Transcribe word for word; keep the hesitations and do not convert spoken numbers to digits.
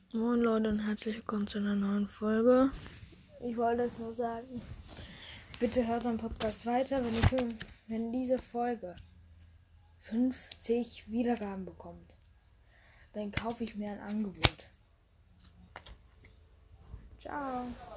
Moin Leute und herzlich willkommen zu einer neuen Folge. Ich wollte euch nur sagen, bitte hört den Podcast weiter, wenn, ich, wenn diese Folge fünfzig Wiedergaben bekommt, dann kaufe ich mir ein Angebot. Ciao.